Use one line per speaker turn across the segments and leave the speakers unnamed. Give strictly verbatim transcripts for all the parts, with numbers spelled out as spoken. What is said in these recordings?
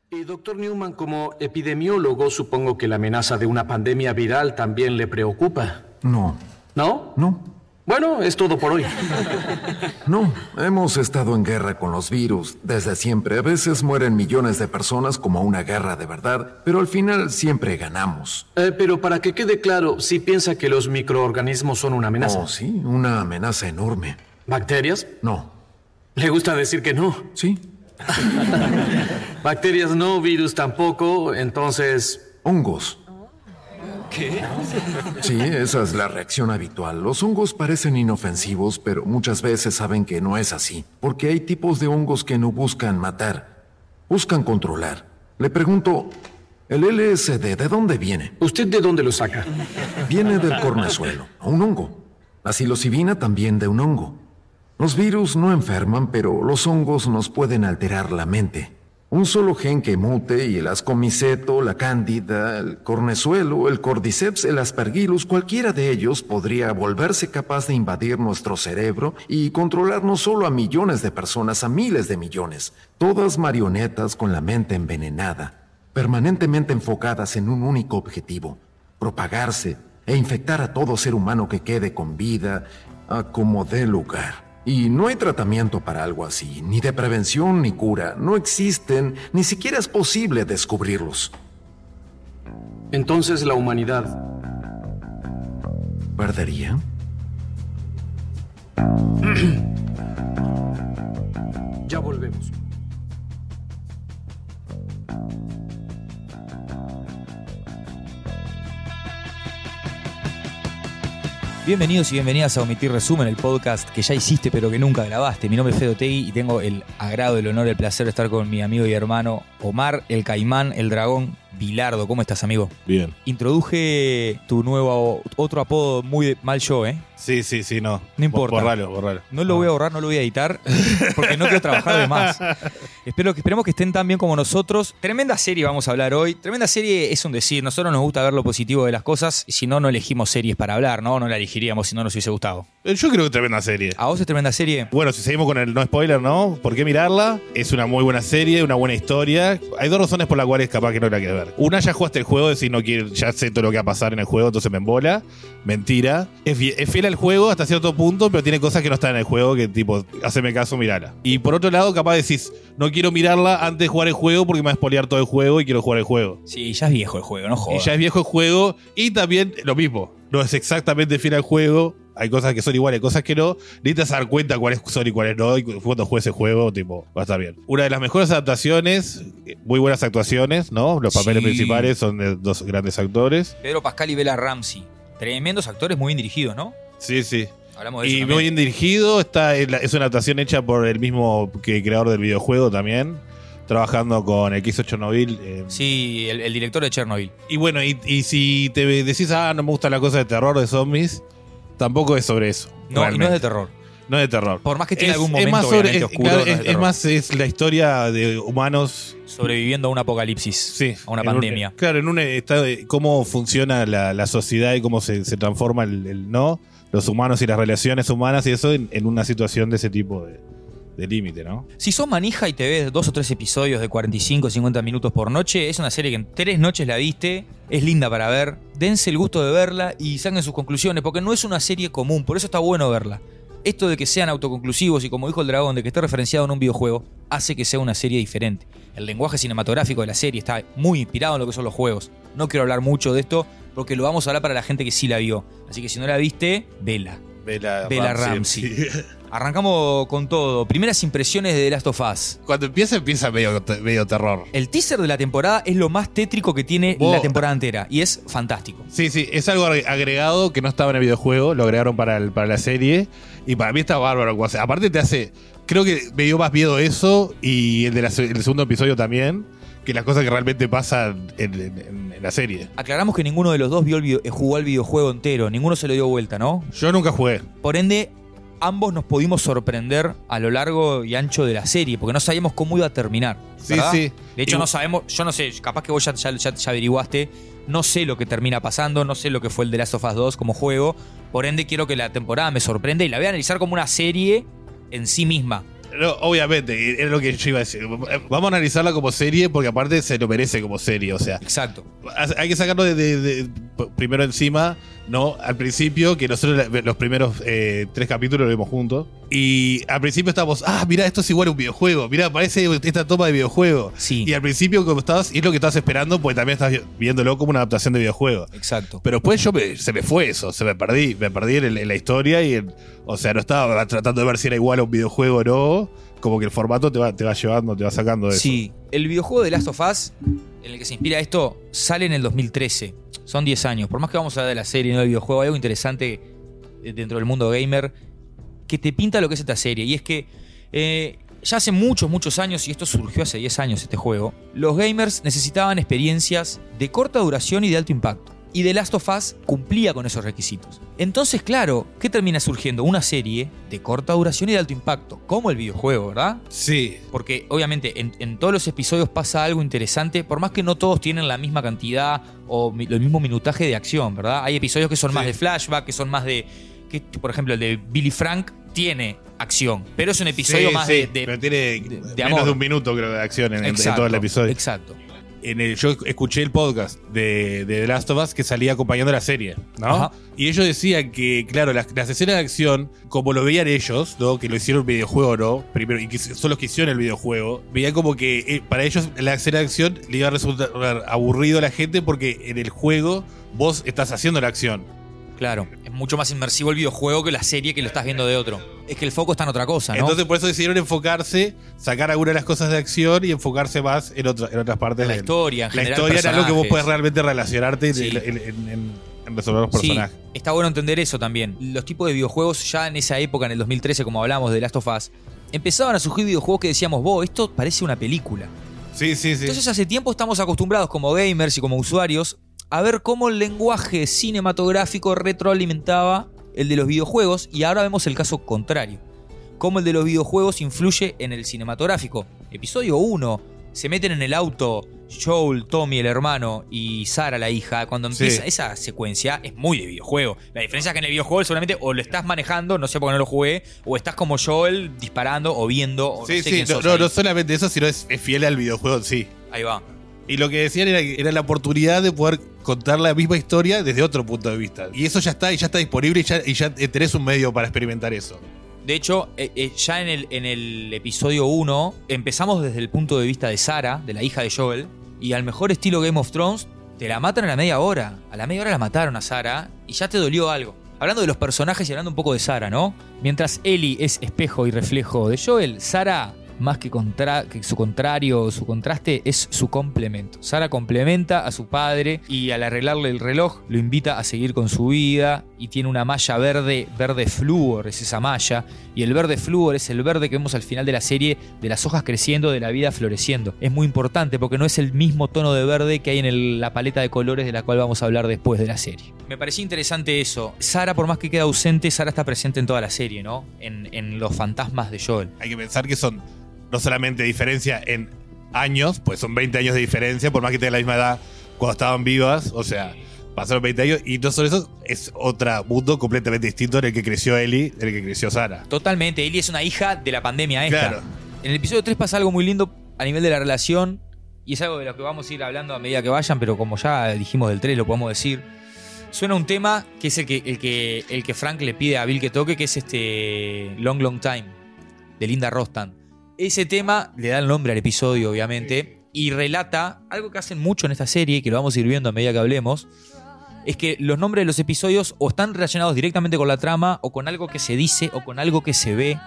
Y doctor Newman, como epidemiólogo, supongo que la amenaza de una pandemia viral también le preocupa.
No.
¿No?
No.
Bueno, es todo por hoy.
No, hemos estado en guerra con los virus desde siempre. A veces mueren millones de personas como una guerra de verdad, pero al final siempre ganamos.
Eh, pero para que quede claro, ¿sí piensa que los microorganismos son una amenaza?
Oh, sí, una amenaza enorme.
¿Bacterias?
No.
¿Le gusta decir que no?
Sí.
Bacterias no, virus tampoco, entonces...
Hongos.
¿Qué?
Sí, esa es la reacción habitual. Los hongos parecen inofensivos, pero muchas veces saben que no es así. Porque hay tipos de hongos que no buscan matar, buscan controlar. Le pregunto, ¿el L S D de dónde viene?
¿Usted de dónde lo saca?
Viene del cornezuelo, un hongo. La psilocibina también de un hongo. Los virus no enferman, pero los hongos nos pueden alterar la mente. Un solo gen que mute y el ascomiceto, la cándida, el cornezuelo, el cordyceps, el aspergillus, cualquiera de ellos podría volverse capaz de invadir nuestro cerebro y controlar no solo a millones de personas, a miles de millones. Todas marionetas con la mente envenenada, permanentemente enfocadas en un único objetivo: propagarse e infectar a todo ser humano que quede con vida, a como dé lugar. Y no hay tratamiento para algo así, ni de prevención ni cura. No existen, ni siquiera es posible descubrirlos.
Entonces la humanidad...
¿perdería?
Ya volvemos.
Bienvenidos y bienvenidas a Omitir Resumen, el podcast que ya hiciste pero que nunca grabaste. Mi nombre es Fede Otegui y tengo el agrado, el honor, el placer de estar con mi amigo y hermano Omar, el Caimán, el Dragón Bilardo. ¿Cómo estás, amigo?
Bien.
Introduje tu nuevo, otro apodo muy de, mal yo, ¿eh?
Sí, sí, sí, no.
No importa.
Borralo, borralo.
No lo voy a borrar, no lo voy a editar, porque no quiero trabajar de más. Espero que, esperemos que estén tan bien como nosotros. Tremenda serie vamos a hablar hoy. Tremenda serie es un decir. Nosotros nos gusta ver lo positivo de las cosas y si no, no elegimos series para hablar, ¿no? No la elegiríamos si no nos hubiese gustado.
Yo creo que es tremenda serie.
¿A vos es tremenda serie?
Bueno, si seguimos con el no spoiler, ¿no? ¿Por qué mirarla? Es una muy buena serie, una buena historia. Hay dos razones por las cuales capaz que no la quieres ver. Una, ya jugaste el juego, decir, no quiero, ya sé todo lo que va a pasar en el juego, entonces me embola. Mentira. Es, es fiel al juego hasta cierto punto, pero tiene cosas que no están en el juego, que tipo, haceme caso, mirala. Y por otro lado, capaz decís, no quiero mirarla antes de jugar el juego porque me va a spoilear todo el juego y quiero jugar el juego.
Sí, ya es viejo el juego, no jodas.
Y ya es viejo el juego y también lo mismo. No es exactamente fiel al juego. Hay cosas que son iguales, cosas que no. Necesitas dar cuenta cuáles son y cuáles no. Y cuando juegues el juego, tipo, va a estar bien. Una de las mejores adaptaciones, muy buenas actuaciones, ¿no? Los papeles
Sí.
principales son de dos grandes actores.
Pedro Pascal y Bella Ramsey. Tremendos actores, muy bien dirigidos, ¿no?
Sí, sí.
Hablamos de eso
Y
también.
muy bien dirigido. Está, es una adaptación hecha por el mismo que creador del videojuego también. Trabajando con el que hizo Chernobyl. Eh,
Sí, el, el director de Chernobyl.
Y bueno, y, y si te decís, ah, no me gusta la cosa de terror de zombies, tampoco es sobre eso.
No,
realmente.
y no es de terror.
No es de terror.
Por más que tiene
Es-
algún
es
momento
más sobre-
obviamente
es-
oscuro,
claro,
no es
es,
de
es
terror.
más, es la historia de humanos.
Sobreviviendo a un apocalipsis.
Sí.
A una
en un-
pandemia.
claro, en un estado de cómo funciona la, la sociedad y cómo se, se transforma el, el no, los humanos y las relaciones humanas y eso en, en una situación de ese tipo de, de límite, ¿no?
Si sos manija y te ves dos o tres episodios de cuarenta y cinco o cincuenta minutos por noche, es una serie que en tres noches la viste, es linda para ver, dense el gusto de verla y saquen sus conclusiones, porque no es una serie común, por eso está bueno verla. Esto de que sean autoconclusivos y, como dijo el Dragón, de que esté referenciado en un videojuego, hace que sea una serie diferente. El lenguaje cinematográfico de la serie está muy inspirado en lo que son los juegos. No quiero hablar mucho de esto, porque lo vamos a hablar para la gente que sí la vio. Así que si no la viste, vela.
Bella,
Bella Ramsey.
sí.
Arrancamos con todo. Primeras impresiones de The Last of Us.
Cuando empieza, empieza medio, medio terror.
El teaser de la temporada es lo más tétrico que tiene
Vos-
la temporada entera. Y es fantástico.
Sí, sí, es algo agre- agregado que no estaba en el videojuego, lo agregaron para, el- para la serie y para mí está bárbaro. O sea, aparte te hace, creo que me dio más miedo eso y el, de la se- el segundo episodio también, que las cosas que realmente pasan en, en- en la serie.
Aclaramos que ninguno de los dos vio el video- eh, jugó el videojuego entero. Ninguno se lo dio vuelta, ¿no?
Yo nunca jugué.
Por ende, ambos nos pudimos sorprender a lo largo y ancho de la serie, porque no sabíamos cómo iba a terminar.
Sí,
¿verdad?
sí.
De hecho,
Y-
no sabemos, yo no sé, capaz que vos ya, ya- ya- ya averiguaste, no sé lo que termina pasando, no sé lo que fue el The Last of Us dos como juego, por ende quiero que la temporada me sorprenda y la voy a analizar como una serie en sí misma.
No, obviamente, era lo que yo iba a decir. Vamos a analizarla como serie porque aparte se lo merece como serie, o sea.
Exacto.
Hay que sacarlo de, de, de, primero encima, ¿no? Al principio, que nosotros los primeros eh, tres capítulos lo vimos juntos. Y al principio estábamos, ah, mirá, esto es igual a un videojuego. Mirá, parece esta toma de videojuego.
Sí.
Y al principio, como estabas, es lo que estabas esperando, porque también estás viéndolo como una adaptación de videojuego.
Exacto.
Pero después yo me, se me fue eso, se me perdí. Me perdí en, en la historia y en, o sea, no estaba tratando de ver si era igual a un videojuego o no. Como que el formato te va, te va llevando, te va sacando de eso.
Sí, el videojuego de Last of Us, en el que se inspira esto, sale en el dos mil trece. Son diez años. Por más que vamos a hablar de la serie y no del videojuego, hay algo interesante dentro del mundo gamer que te pinta lo que es esta serie. Y es que eh, ya hace muchos, muchos años, y esto surgió hace diez años este juego, los gamers necesitaban experiencias de corta duración y de alto impacto. Y The Last of Us cumplía con esos requisitos. Entonces, claro, ¿qué termina surgiendo? Una serie de corta duración y de alto impacto, como el videojuego, ¿verdad?
Sí.
Porque obviamente en, en todos los episodios pasa algo interesante, por más que no todos tienen la misma cantidad o mi, el mismo minutaje de acción, ¿verdad? Hay episodios que son
Sí.
más de flashback, que son más de... Que, por ejemplo, el de Billy Frank tiene acción, pero es un episodio
Sí,
más
sí,
de, de...
pero tiene
de- de
menos
amor.
de un minuto, creo, de acción en, en
Exacto,
todo el episodio.
Exacto.
En el, yo escuché el podcast de, de The Last of Us que salía acompañando la serie, ¿no?
Ajá.
Y ellos decían que, claro, las, las escenas de acción, como lo veían ellos, ¿no? Que lo hicieron videojuego, ¿no? Primero, y que son los que hicieron el videojuego, veían como que eh, para ellos la escena de acción le iba a resultar aburrido a la gente porque en el juego vos estás haciendo la acción.
Claro, es mucho más inmersivo el videojuego que la serie que lo estás viendo de otro. Es que el foco está en otra cosa, ¿no?
Entonces por eso decidieron enfocarse, sacar algunas de las cosas de acción y enfocarse más en, otra, en otras partes
la
del-
historia, en
La
general,
historia era algo que vos
personajes.
puedes realmente relacionarte
Sí.
en, en- en- en resolver los personajes.
Sí, está bueno entender eso también. Los tipos de videojuegos ya en esa época, en el dos mil trece, como hablamos de Last of Us, empezaban a surgir videojuegos que decíamos, vos, esto parece una película.
Sí, sí, sí.
Entonces hace tiempo estamos acostumbrados como gamers y como usuarios a ver cómo el lenguaje cinematográfico retroalimentaba el de los videojuegos y ahora vemos el caso contrario. Cómo el de los videojuegos influye en el cinematográfico. Episodio uno, se meten en el auto Joel, Tommy, el hermano, y Sarah, la hija. Cuando empieza
Sí.
esa secuencia es muy de videojuego. La diferencia es que en el videojuego seguramente o lo estás manejando, no sé por qué no lo jugué, o estás como Joel disparando o viendo, o
Sí,
no sé
sí,
quién
no,
sos
no,
ahí.
no solamente eso, sino es, es fiel al videojuego en sí.
Ahí va.
Y lo que decían era, era la oportunidad de poder contar la misma historia desde otro punto de vista. Y eso ya está, y ya está disponible, y ya, y ya tenés un medio para experimentar eso.
De hecho, eh, eh, ya en el, en el episodio uno empezamos desde el punto de vista de Sarah, de la hija de Joel, y al mejor estilo Game of Thrones, te la matan a la media hora. A la media hora la mataron a Sarah y ya te dolió algo. Hablando de los personajes y hablando un poco de Sarah, ¿no? Mientras Ellie es espejo y reflejo de Joel, Sarah, más que, contra, que su contrario, su contraste, es su complemento. Sarah complementa a su padre y al arreglarle el reloj lo invita a seguir con su vida y tiene una malla verde, verde flúor, es esa malla. Y el verde flúor es el verde que vemos al final de la serie, de las hojas creciendo, de la vida floreciendo. Es muy importante porque no es el mismo tono de verde que hay en el- la paleta de colores de la cual vamos a hablar después de la serie. Me parecía interesante eso. Sarah, por más que queda ausente, Sarah está presente en toda la serie, ¿no? En, en los fantasmas de Joel.
Hay que pensar que son no solamente diferencia en años, pues son veinte años de diferencia, por más que tengan la misma edad cuando estaban vivas, o sea, pasaron veinte años, y no solo eso, es otro mundo completamente distinto en el que creció Ellie, en el que creció Sarah.
Totalmente, Ellie es una hija de la pandemia esta.
Claro.
En el episodio tres pasa algo muy lindo a nivel de la relación, y es algo de lo que vamos a ir hablando a medida que vayan, pero como ya dijimos del tres, lo podemos decir. Suena un tema que es el que, el que, el que Frank le pide a Bill que toque, que es este Long Long Time, de Linda Ronstadt. Ese tema le da el nombre al episodio, obviamente, y relata algo que hacen mucho en esta serie, que lo vamos a ir viendo a medida que hablemos, es que los nombres de los episodios o están relacionados directamente con la trama, o con algo que se dice, o con algo que se ve,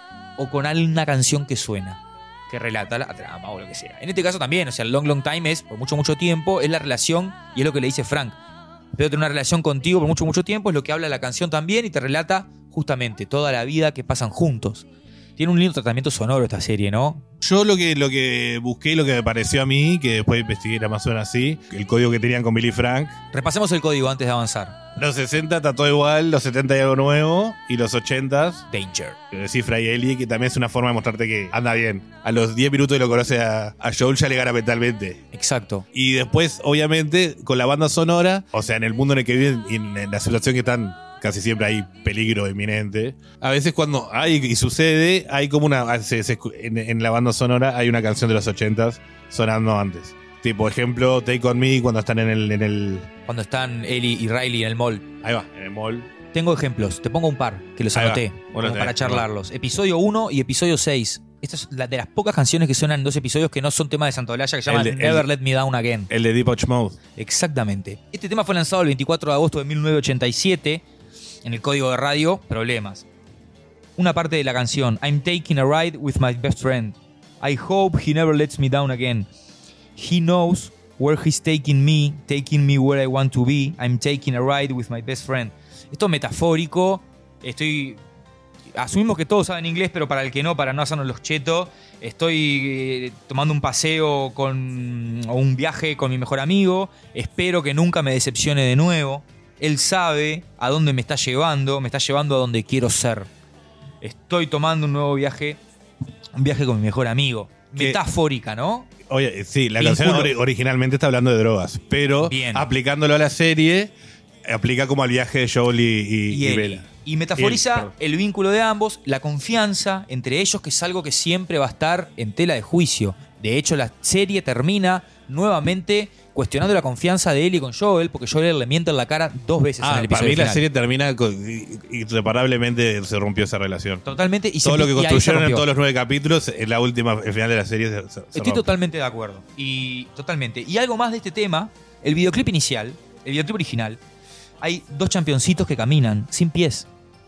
o con alguna canción que suena, que relata la trama o lo que sea. En este caso también, o sea, el Long Long Time es por mucho, mucho tiempo, es la relación, y es lo que le dice Frank. Pero tener una relación contigo por mucho, mucho tiempo, es lo que habla la canción también, y te relata justamente toda la vida que pasan juntos. Tiene un lindo tratamiento sonoro esta serie, ¿no?
Yo lo que, lo que busqué, lo que me pareció a mí, que después investigué era más o menos así, el código que tenían con Billy Frank.
Repasemos el código antes de avanzar.
Los sesenta está todo igual, los setenta hay algo nuevo, y los ochenta,
Danger.
de Cifra y Ellie, que también es una forma de mostrarte que anda bien. A los diez minutos de lo conoce a, a Joel, ya le gana mentalmente.
Exacto.
Y después, obviamente, con la banda sonora, o sea, en el mundo en el que viven y en, en la situación que están casi siempre hay peligro inminente. A veces cuando hay y sucede, hay como una... Se, se, en, en la banda sonora hay una canción de los ochentas sonando antes. Tipo, ejemplo, Take On Me cuando están en el... En el
Cuando están Ellie y Riley en el mall.
ahí va, en el mall.
Tengo ejemplos, te pongo un par que los
Ahí va.
anoté
Bueno,
como para
tenés,
charlarlos. Episodio uno y episodio seis. Esta es la de las pocas canciones que suenan en dos episodios que no son temas de Santolaya, que se llaman
El de-
Never
el-
Let Me Down Again.
El de Depeche Mode.
Exactamente. Este tema fue lanzado el veinticuatro de agosto de mil novecientos ochenta y siete en el código de radio Problemas. Una parte de la canción, I'm taking a ride with my best friend. I hope he never lets me down again. He knows where he's taking me, taking me where I want to be. I'm taking a ride with my best friend. Esto es metafórico. Estoy... Asumimos que todos saben inglés, pero para el que no, para no hacernos los chetos, estoy eh, tomando un paseo con, o un viaje con mi mejor amigo. Espero que nunca me decepcione de nuevo. Él sabe a dónde me está llevando, me está llevando a donde quiero ser. Estoy tomando un nuevo viaje, un viaje con mi mejor amigo.
¿Qué?
Metafórica, ¿no?
Oye, sí, la
Vínculo.
canción ori- originalmente está hablando de drogas, pero
Bien.
aplicándolo a la serie, aplica como al viaje de Joel y, y,
y,
y
él.
Bella.
Y metaforiza
Y él, perdón.
el vínculo de ambos, la confianza entre ellos, que es algo que siempre va a estar en tela de juicio. De hecho, la serie termina nuevamente cuestionando la confianza de Ellie con Joel, porque Joel le miente en la cara dos veces en
Ah,
el
para
episodio
mí la
final.
serie termina con, i- irreparablemente se rompió esa relación.
Totalmente. Y
Todo
se-
lo que
y ahí se
construyeron en
rompió.
todos los nueve capítulos, en la última, el final de la serie se, se- se
Estoy
rompe.
totalmente de acuerdo. Y totalmente. Y algo más de este tema, el videoclip inicial, el videoclip original, hay dos championcitos que caminan sin pies.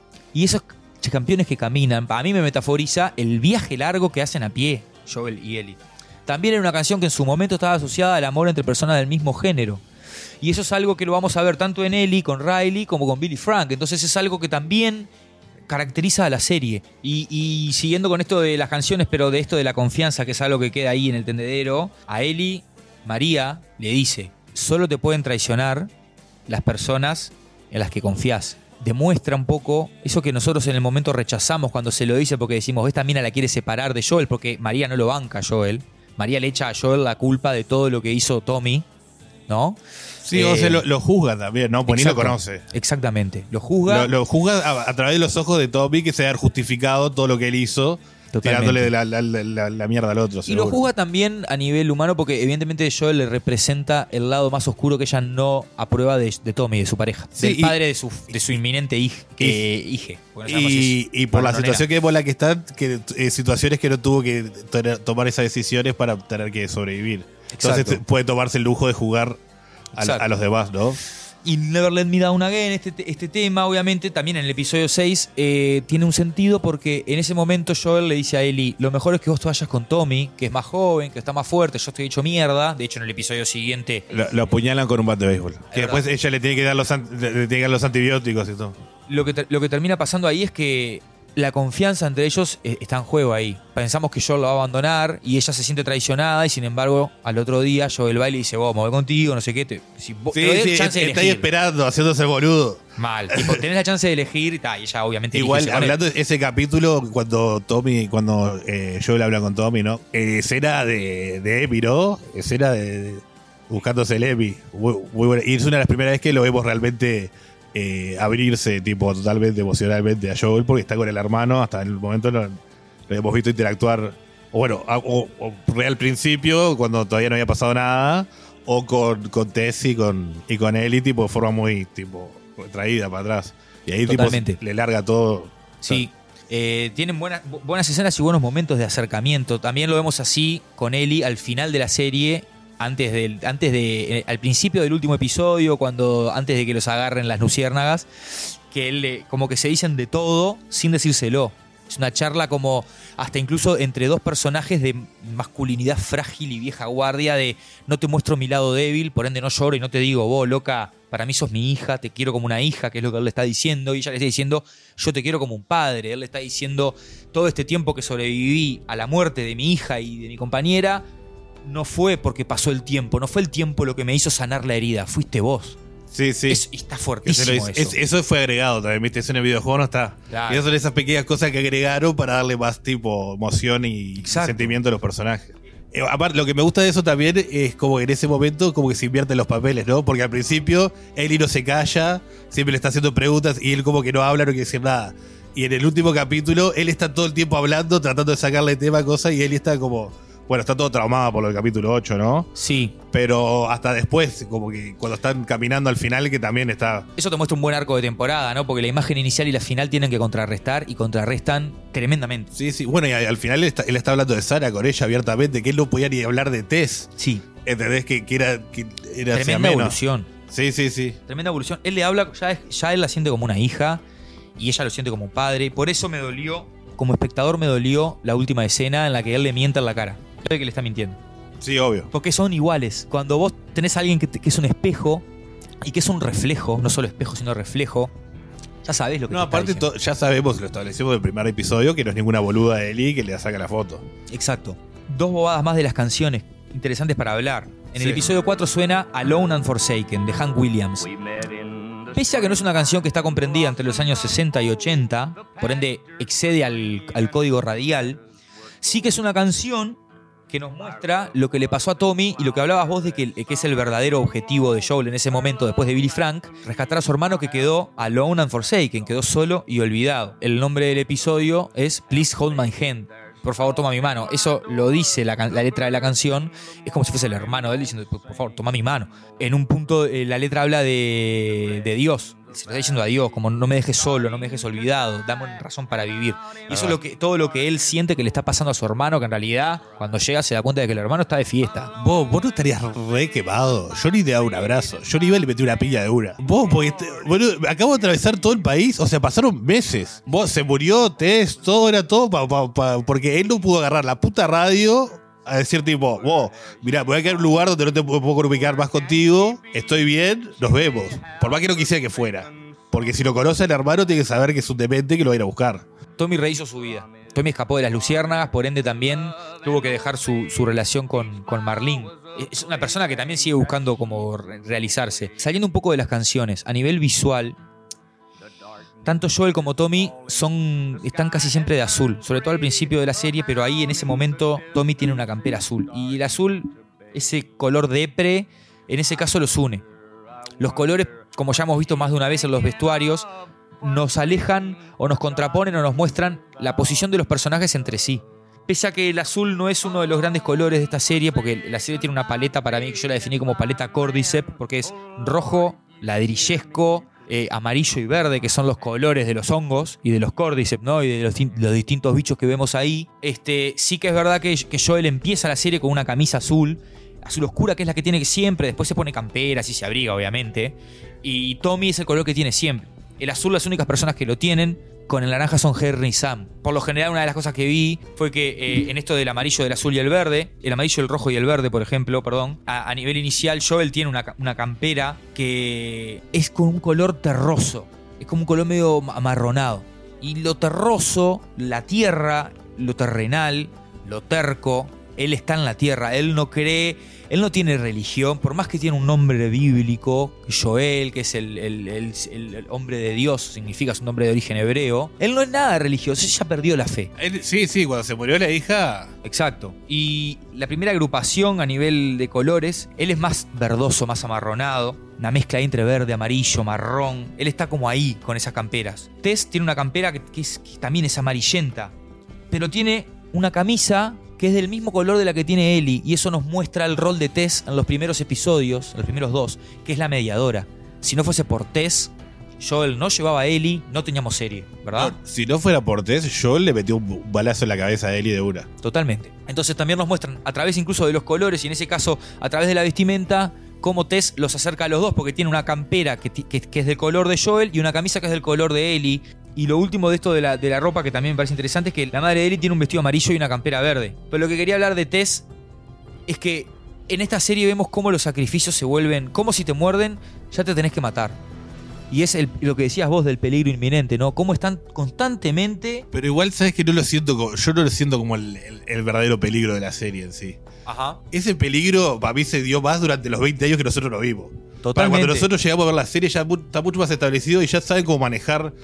Y esos ch- campeones que caminan, para mí me metaforiza el viaje largo que hacen a pie Joel y Ellie. También era una canción que en su momento estaba asociada al amor entre personas del mismo género. Y eso es algo que lo vamos a ver tanto en Ellie, con Riley, como con Billy Frank. Entonces es algo que también caracteriza a la serie. Y, y siguiendo con esto de las canciones, pero de esto de la confianza, que es algo que queda ahí en el tendedero, a Ellie, María le dice, solo te pueden traicionar las personas en las que confías. Demuestra un poco eso que nosotros en el momento rechazamos cuando se lo dice, porque decimos, esta mina la quiere separar de Joel, porque María no lo banca a Joel. María le echa a Joel la culpa de todo lo que hizo Tommy, ¿no?
Sí,
Eh,
o sea, lo, lo juzga también, ¿no? Pues ni lo
exacto,
conoce.
Exactamente. Lo juzga.
Lo, lo juzga a, a través de los ojos de Tommy, que se ha justificado todo lo que él hizo,
Totalmente.
tirándole la, la, la, la- la mierda al otro.
Y lo
seguro.
juzga también a nivel humano porque evidentemente Joel le representa el lado más oscuro que ella no aprueba de, de Tommy, de su pareja.
Sí,
del
y-
padre de su, de su inminente hij- que, hije. porque no sabemos si
Y,
es
y por la
varón o
situación
nena.
que por la que está, que eh, situaciones que no tuvo que tener- tomar esas decisiones para tener que sobrevivir. Entonces
Exacto.
puede tomarse el lujo de jugar a, la-
Exacto.
a los demás, ¿no?
Y Never Let Me Down Again, este, este tema, obviamente, también en el episodio seis, eh, tiene un sentido porque en ese momento Joel le dice a Ellie, lo mejor es que vos te vayas con Tommy, que es más joven, que está más fuerte, yo estoy hecho mierda. De hecho, en el episodio siguiente,
Lo, lo apuñalan con un bate de béisbol. Que
verdad.
después ella le tiene que dar los, an- le le tiene que dar los antibióticos y todo.
lo que, ter- lo que termina pasando ahí es que la confianza entre ellos eh, está en juego ahí. Pensamos que Joel lo va a abandonar y ella se siente traicionada y sin embargo, al otro día Joel va y le dice, vos, me voy contigo, no sé qué. Te, si vos,
Sí,
te doy
sí,
chance de
está ahí
elegir.
esperando, haciéndose boludo.
Mal. Tipo, tenés la chance de elegir y, ta, y ella obviamente elige
Igual,
irse con él.
hablando de ese capítulo, cuando Tommy, cuando eh, Joel habla con Tommy, ¿no? Eh, escena de, de Emi, ¿no? Escena de, de buscándose el Emi. Muy, muy buena. Y es una de las primeras veces que lo vemos realmente eh, abrirse, tipo, totalmente emocionalmente a Joel, porque está con el hermano. Hasta el momento no lo hemos visto interactuar, o bueno, a- o, o real principio, cuando todavía no había pasado nada, o con, con Tess y con, y con Ellie, tipo, de forma muy, tipo, traída para atrás. Y ahí,
Totalmente.
tipo, le larga todo.
Sí. Eh, tienen buenas, bu- buenas escenas y buenos momentos de acercamiento. También lo vemos así con Ellie al final de la serie, antes del, antes de, eh, al principio del último episodio, cuando antes de que los agarren las luciérnagas, que él le- como que se dicen de todo sin decírselo. Es una charla como hasta incluso entre dos personajes de masculinidad frágil y vieja guardia, de no te muestro mi lado débil, por ende no lloro y no te digo, vos, loca, para mí sos mi hija, te quiero como una hija, que es lo que él le está diciendo, y ella le está diciendo, yo te quiero como un padre. Él le está diciendo, todo este tiempo que sobreviví a la muerte de mi hija y de mi compañera, no fue porque pasó el tiempo, no fue el tiempo lo que me hizo sanar la herida, fuiste vos.
Sí, sí.
Es- y está
Que se
fuertísimo
lo hizo-
eso.
es- eso fue agregado también, ¿viste? Eso en el videojuego no está.
Claro.
Y esas son esas pequeñas cosas que agregaron para darle más tipo emoción y
Exacto.
sentimiento a los personajes. Eh, aparte, lo que me gusta de eso también es como que en ese momento como que se invierten los papeles, ¿no? Porque al principio Ellie no se calla, siempre le está haciendo preguntas y él como que no habla, no quiere decir nada. Y en el último capítulo, él está todo el tiempo hablando, tratando de sacarle tema a cosas y Ellie está como... Bueno, está todo traumado por lo del capítulo ocho, ¿no?
Sí.
Pero hasta después, como que cuando están caminando al final, que también está...
Eso te muestra un buen arco de temporada, ¿no? Porque la imagen inicial y la final tienen que contrarrestar y contrarrestan tremendamente.
Sí, sí. Bueno, y al final él está, él está hablando de Sarah con ella abiertamente, que él no podía ni hablar de Tess.
Sí.
¿Entendés? Que, que era... Que era
Tremenda
ameno.
evolución.
Sí, sí, sí.
Tremenda evolución. Él le habla, ya, es- ya él la siente como una hija y ella lo siente como un padre. Por eso me dolió, como espectador me dolió la última escena en la que él le miente en la cara. Sabe que le está mintiendo.
Sí, obvio.
Porque son iguales. Cuando vos tenés a alguien que, te- que es un espejo y que es un reflejo, no solo espejo, sino reflejo, ya sabés lo que
No,
te está
aparte
diciendo.
to- ya sabemos, lo establecimos del primer episodio, que no es ninguna boluda de Ellie que le saca la foto.
Exacto. Dos bobadas más de las canciones interesantes para hablar. En el
Sí.
episodio cuatro suena Alone and Forsaken de Hank Williams. Pese a que no es una canción que está comprendida entre los años sesenta y ochenta, por ende excede al, al código radial, sí que es una canción que nos muestra lo que le pasó a Tommy y lo que hablabas vos de que, que es el verdadero objetivo de Joel en ese momento, después de Billy Frank, rescatar a su hermano que quedó alone and forsaken, quedó solo y olvidado. El nombre del episodio es Please Hold My Hand. Por favor, toma mi mano. Eso lo dice la, can- la letra de la canción. Es como si fuese el hermano de él diciendo, por por favor, toma mi mano. En un punto, eh, la letra habla de, de Dios. Se lo está diciendo a Dios, como no me dejes solo, no me dejes olvidado, dame una razón para vivir. Y eso es lo que, todo lo que él siente que le está pasando a su hermano, que en realidad, cuando llega, se da cuenta de que el hermano está de fiesta.
Vos, vos no estarías re quemado. Yo ni te daba un abrazo. Yo ni iba y le metí una piña de una. Vos, porque te- boludo, acabo de atravesar todo el país. O sea, pasaron meses. Vos, se murió, test, todo era todo pa- pa- pa- porque él no pudo agarrar la puta radio a decir tipo, vos, mirá, me voy a quedar en un lugar donde no te puedo puedo comunicar más contigo. Estoy bien, nos vemos. Por más que no quisiera que fuera. Porque si lo conoce el hermano, tiene que saber que es un demente que lo va a ir a buscar.
Tommy rehizo su vida. Tommy escapó de las luciérnagas, por ende también tuvo que dejar su, su relación con, con Marlene. Es una persona que también sigue buscando como re- realizarse. Saliendo un poco de las canciones, a nivel visual, tanto Joel como Tommy son, están casi siempre de azul, sobre todo al principio de la serie, pero ahí en ese momento Tommy tiene una campera azul. Y el azul, ese color depre, en ese caso los une. Los colores, como ya hemos visto más de una vez en los vestuarios, nos alejan o nos contraponen o nos muestran la posición de los personajes entre sí. Pese a que el azul no es uno de los grandes colores de esta serie, porque la serie tiene una paleta para mí que yo la definí como paleta Cordyceps, porque es rojo, ladrillesco, eh, amarillo y verde, que son los colores de los hongos y de los Cordyceps, ¿no? Y de los, tin- los distintos bichos que vemos ahí. Este, sí que es verdad que, que Joel empieza la serie con una camisa azul, azul oscura, que es la que tiene que siempre, después se pone camperas y se abriga, obviamente. Y Tommy es el color que tiene siempre. El azul, las únicas personas que lo tienen, con el naranja son Henry y Sam. Por lo general, una de las cosas que vi fue que eh, en esto del amarillo, del azul y el verde, el amarillo, el rojo y el verde, por ejemplo, perdón, a, a nivel inicial, Joel tiene una, ca- una campera que es con un color terroso. Es como un color medio ma- amarronado. Y lo terroso, la tierra, lo terrenal, lo terco, él está en la tierra, él no cree, él no tiene religión, por más que tiene un nombre bíblico, Joel, que es el, el- el- el- el hombre de Dios, significa su nombre de origen hebreo, él no es nada religioso, él ya perdió la fe.
Él- sí, sí, cuando se murió la hija.
Exacto. Y la primera agrupación a nivel de colores, él es más verdoso, más amarronado, una mezcla entre verde, amarillo, marrón, él está como ahí con esas camperas. Tess tiene una campera que, que es- que también es amarillenta, pero tiene una camisa que es del mismo color de la que tiene Ellie, y eso nos muestra el rol de Tess en los primeros episodios, en los primeros dos, que es la mediadora. Si no fuese por Tess, Joel no llevaba a Ellie, no teníamos serie, ¿verdad?
No, si no fuera por Tess, yo le metí un balazo en la cabeza a Ellie de una.
Totalmente. Entonces también nos muestran, a través incluso de los colores, y en ese caso a través de la vestimenta, cómo Tess los acerca a los dos, porque tiene una campera que, ti- que- que es del color de Joel y una camisa que es del color de Ellie. Y lo último de esto de la, de la ropa, que también me parece interesante, es que la madre de Ellie tiene un vestido amarillo y una campera verde. Pero lo que quería hablar de Tess es que en esta serie vemos cómo los sacrificios se vuelven, como si te muerden, ya te tenés que matar. Y es el- lo que decías vos del peligro inminente, ¿no? Cómo están constantemente...
Pero igual sabes que no lo siento como, yo no lo siento como el, el- el verdadero peligro de la serie en sí.
Ajá.
Ese peligro para mí se dio más durante los veinte años que nosotros lo vimos. Para
Totalmente.
cuando nosotros llegamos a ver la serie ya mu- está mucho más establecido y ya saben cómo manejarse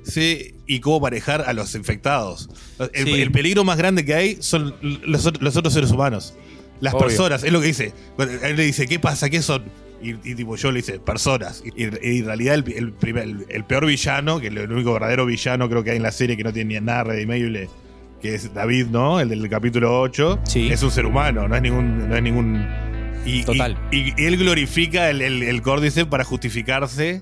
y cómo manejar a los infectados. El,
Sí.
el peligro más grande que hay son los, ot- los otros seres humanos. Las
Obvio.
personas, es lo que dice. Cuando él le dice, ¿qué pasa? ¿Qué son? Y, y tipo, yo le dice, personas. Y, y en realidad el, el, primer, el, el peor villano, que el, el único verdadero villano creo que hay en la serie que no tiene nada redimible, que es David, ¿no? El del capítulo ocho.
Sí.
Es un ser humano, no es ningún... No es ningún y,
Total.
Y, y, y él glorifica el, el, el Cordyceps para justificarse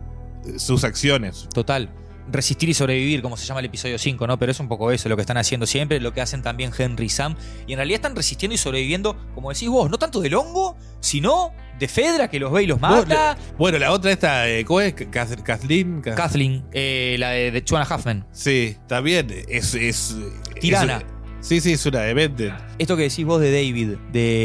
sus acciones.
Total. Resistir y sobrevivir, como se llama el episodio cinco, ¿no? Pero es un poco eso, lo que están haciendo siempre, lo que hacen también Henry y Sam. Y en realidad están resistiendo y sobreviviendo, como decís vos, no tanto del hongo, sino de Fedra, que los ve y los mata.
Bueno, la otra esta, eh, ¿cómo es? Kath- Kathleen. Kath-
Kathleen, eh, la de, de Two and a Half Men.
Sí, también es... es
Tirana.
es- sí, sí, es una demente.
Esto que decís vos de David,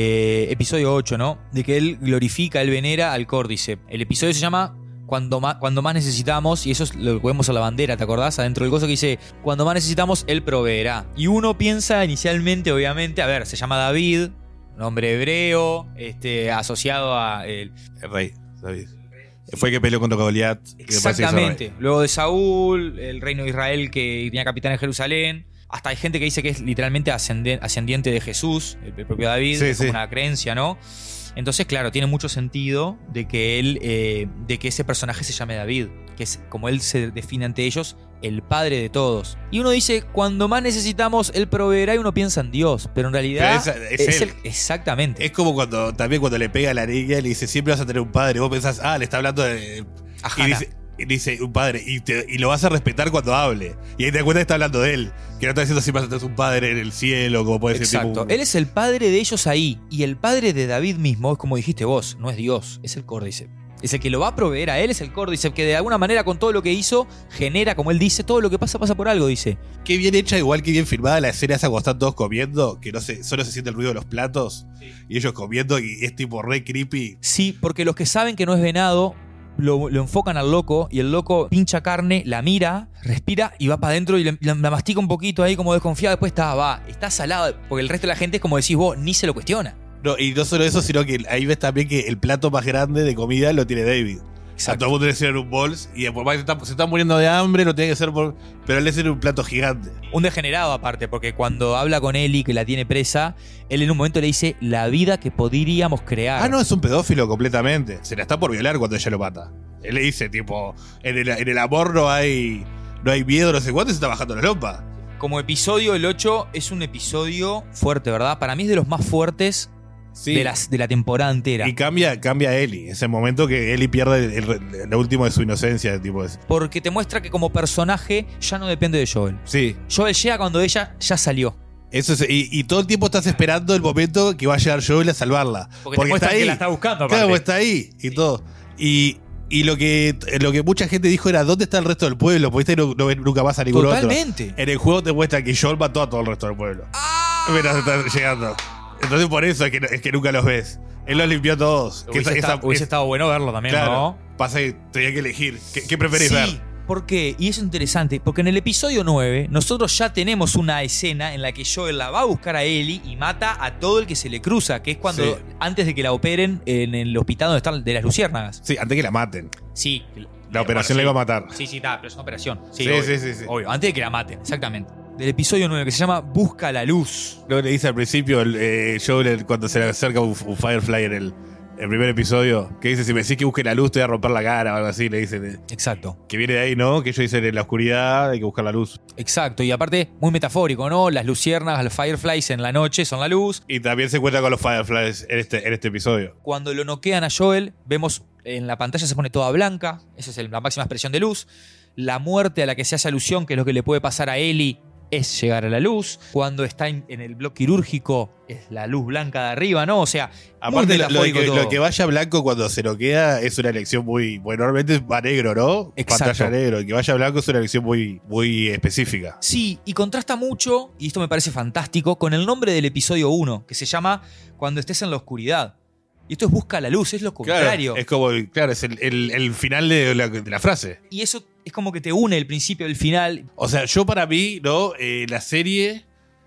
de episodio ocho, ¿no? De que él glorifica, él venera al Cordyceps. El episodio se llama Cuando más, cuando más necesitamos, y eso es lo que vemos a la bandera, ¿te acordás? Adentro del gozo que dice, cuando más necesitamos, él proveerá. Y uno piensa inicialmente, obviamente, a ver, se llama David, nombre hebreo, este, asociado a... El,
El rey, David. Fue el que peleó contra Goliat. y me parece que es el
exactamente.
rey.
Luego de Saúl, el reino de Israel que tenía capitán en Jerusalén. Hasta hay gente que dice que es literalmente ascenden- ascendiente de Jesús, el, el propio David,
Sí,
es como
sí.
una creencia, ¿no? Entonces, claro, tiene mucho sentido de que él, eh, de que ese personaje se llame David, que es como él se define ante ellos, el padre de todos. Y uno dice, cuando más necesitamos, él proveerá, y uno piensa en Dios, pero en realidad
Pero es- es él.
el- exactamente.
Es como cuando también cuando le pega a la niña y le dice, siempre vas a tener un padre. Vos pensás, ah, le está hablando de...
A
Y
Hannah.
dice, y dice un padre, y, te- y lo vas a respetar cuando hable. Y ahí te das cuenta que está hablando de él. Que no está diciendo siempre vas a tener un padre en el cielo, como puede ser
Exacto.
tipo un-
Él es el padre de ellos ahí. Y el padre de David mismo, es como dijiste vos, no es Dios, es el Córdiceps. Es el que lo va a proveer a él, es el Córdiceps, que de alguna manera con todo lo que hizo, genera, como él dice, todo lo que pasa, pasa por algo, dice.
Qué bien hecha, igual que bien filmada la escena esa cuando están todos comiendo, que no se, solo se siente el ruido de los platos. Y ellos comiendo y es tipo re creepy.
Sí, porque los que saben que no es venado, lo, lo enfocan al loco y el loco pincha carne, la mira, respira y va para adentro y la, la- la mastica un poquito ahí como desconfiado. Después está, va, está salado, porque el resto de la gente es como decís vos, ni se lo cuestiona.
No, y no solo eso, sino que ahí ves también que el plato más grande de comida lo tiene David. A
Exacto.
todo el mundo le sirven un bols y después se están, se están muriendo de hambre, no tiene que ser por. Pero él le sirve un plato gigante.
Un degenerado aparte, porque cuando habla con Ellie, que la tiene presa, él en un momento le dice la vida que podríamos crear.
Ah, no, es un pedófilo completamente. Se la está por violar cuando ella lo mata. Él le dice, tipo, en el, en el amor no hay. No hay miedo, no sé cuánto, y se está bajando la lompa.
Como episodio, el ocho es un episodio fuerte, ¿verdad? Para mí es de los más fuertes
Sí.
de, las, de la temporada entera.
Y cambia, cambia a Ellie. Ese momento que Ellie pierde el, el- lo último de su inocencia, tipo es.
Porque te muestra que como personaje ya no depende de Joel.
Sí.
Joel llega cuando ella ya salió.
Eso es, y, y todo el tiempo estás esperando el momento que va a llegar Joel a salvarla.
Porque te muestran que la está buscando, aparte.
Claro, está ahí y todo. Y, y lo que lo que mucha gente dijo era, ¿dónde está el resto del pueblo? Porque este no, no ven nunca más a ningún
Totalmente.
otro. En el juego te muestra que Joel mató a todo el resto del pueblo. Mientras están llegando. Entonces por eso es que, es que nunca los ves. Él los limpió a todos. Que
Hubiese,
esa-
esta-
esa-
hubiese
es-
estado bueno verlo también,
claro,
¿no?
pasa que tenía que elegir. ¿Qué, qué preferís
Sí,
ver?
¿por qué? Y es interesante, porque en el episodio nueve nosotros ya tenemos una escena en la que Joel la va a buscar a Ellie y mata a todo el que se le cruza, que es cuando,
Sí.
antes de que la operen en el hospital donde están de las luciérnagas.
Sí, antes que la maten.
Sí.
La operación la iba a matar.
Sí, sí, está, pero es una operación. Sí,
Sí,
obvio,
sí, sí, sí.
obvio, antes de que la maten, exactamente. Del episodio nueve, que se llama Busca la Luz.
Lo que le dice al principio, el, eh, Joel, cuando se le acerca un, un Firefly en el, el primer episodio, que dice, si me decís que busque la luz, te voy a romper la cara o algo así, le dicen.
Exacto.
Que viene de ahí, ¿no? Que ellos dicen, en la oscuridad hay que buscar la luz.
Exacto, y aparte, muy metafórico, ¿no? Las luciérnagas, los fireflies en la noche son la luz.
Y también se encuentra con los Fireflies en este, en este episodio.
Cuando lo noquean a Joel, vemos en la pantalla se pone toda blanca. Esa es el- la máxima expresión de luz. La muerte a la que se hace alusión, que es lo que le puede pasar a Ellie, es llegar a la luz. Cuando está en, en el bloque quirúrgico, es la luz blanca de arriba, ¿no? O sea,
Aparte,
muy
lo, lo
metafórico
que,
todo.
lo que vaya blanco cuando se noquea es una elección muy. Bueno, normalmente va negro, ¿no?
Exacto.
Pantalla negro. El que vaya blanco es una elección muy, muy específica.
Sí, y contrasta mucho, y esto me parece fantástico, con el nombre del episodio uno, que se llama Cuando estés en la oscuridad. Y esto es Busca la Luz, es lo contrario.
Claro, es como, claro, es el, el- el final de la, de la frase.
Y eso es como que te une el principio del final.
O sea, yo para mí, ¿no? Eh, la serie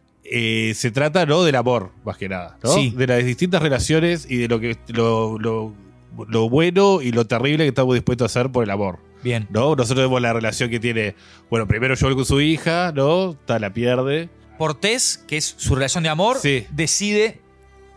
eh, se trata, ¿no? Del amor, más que nada, ¿no?
Sí.
De las distintas relaciones y de lo que lo, lo, lo bueno y lo terrible que estamos dispuestos a hacer por el amor,
Bien.
¿no? Nosotros vemos la relación que tiene, bueno, primero Joel con su hija, ¿no? Está, la pierde.
Por Tess, que es su relación de amor,
Sí.
decide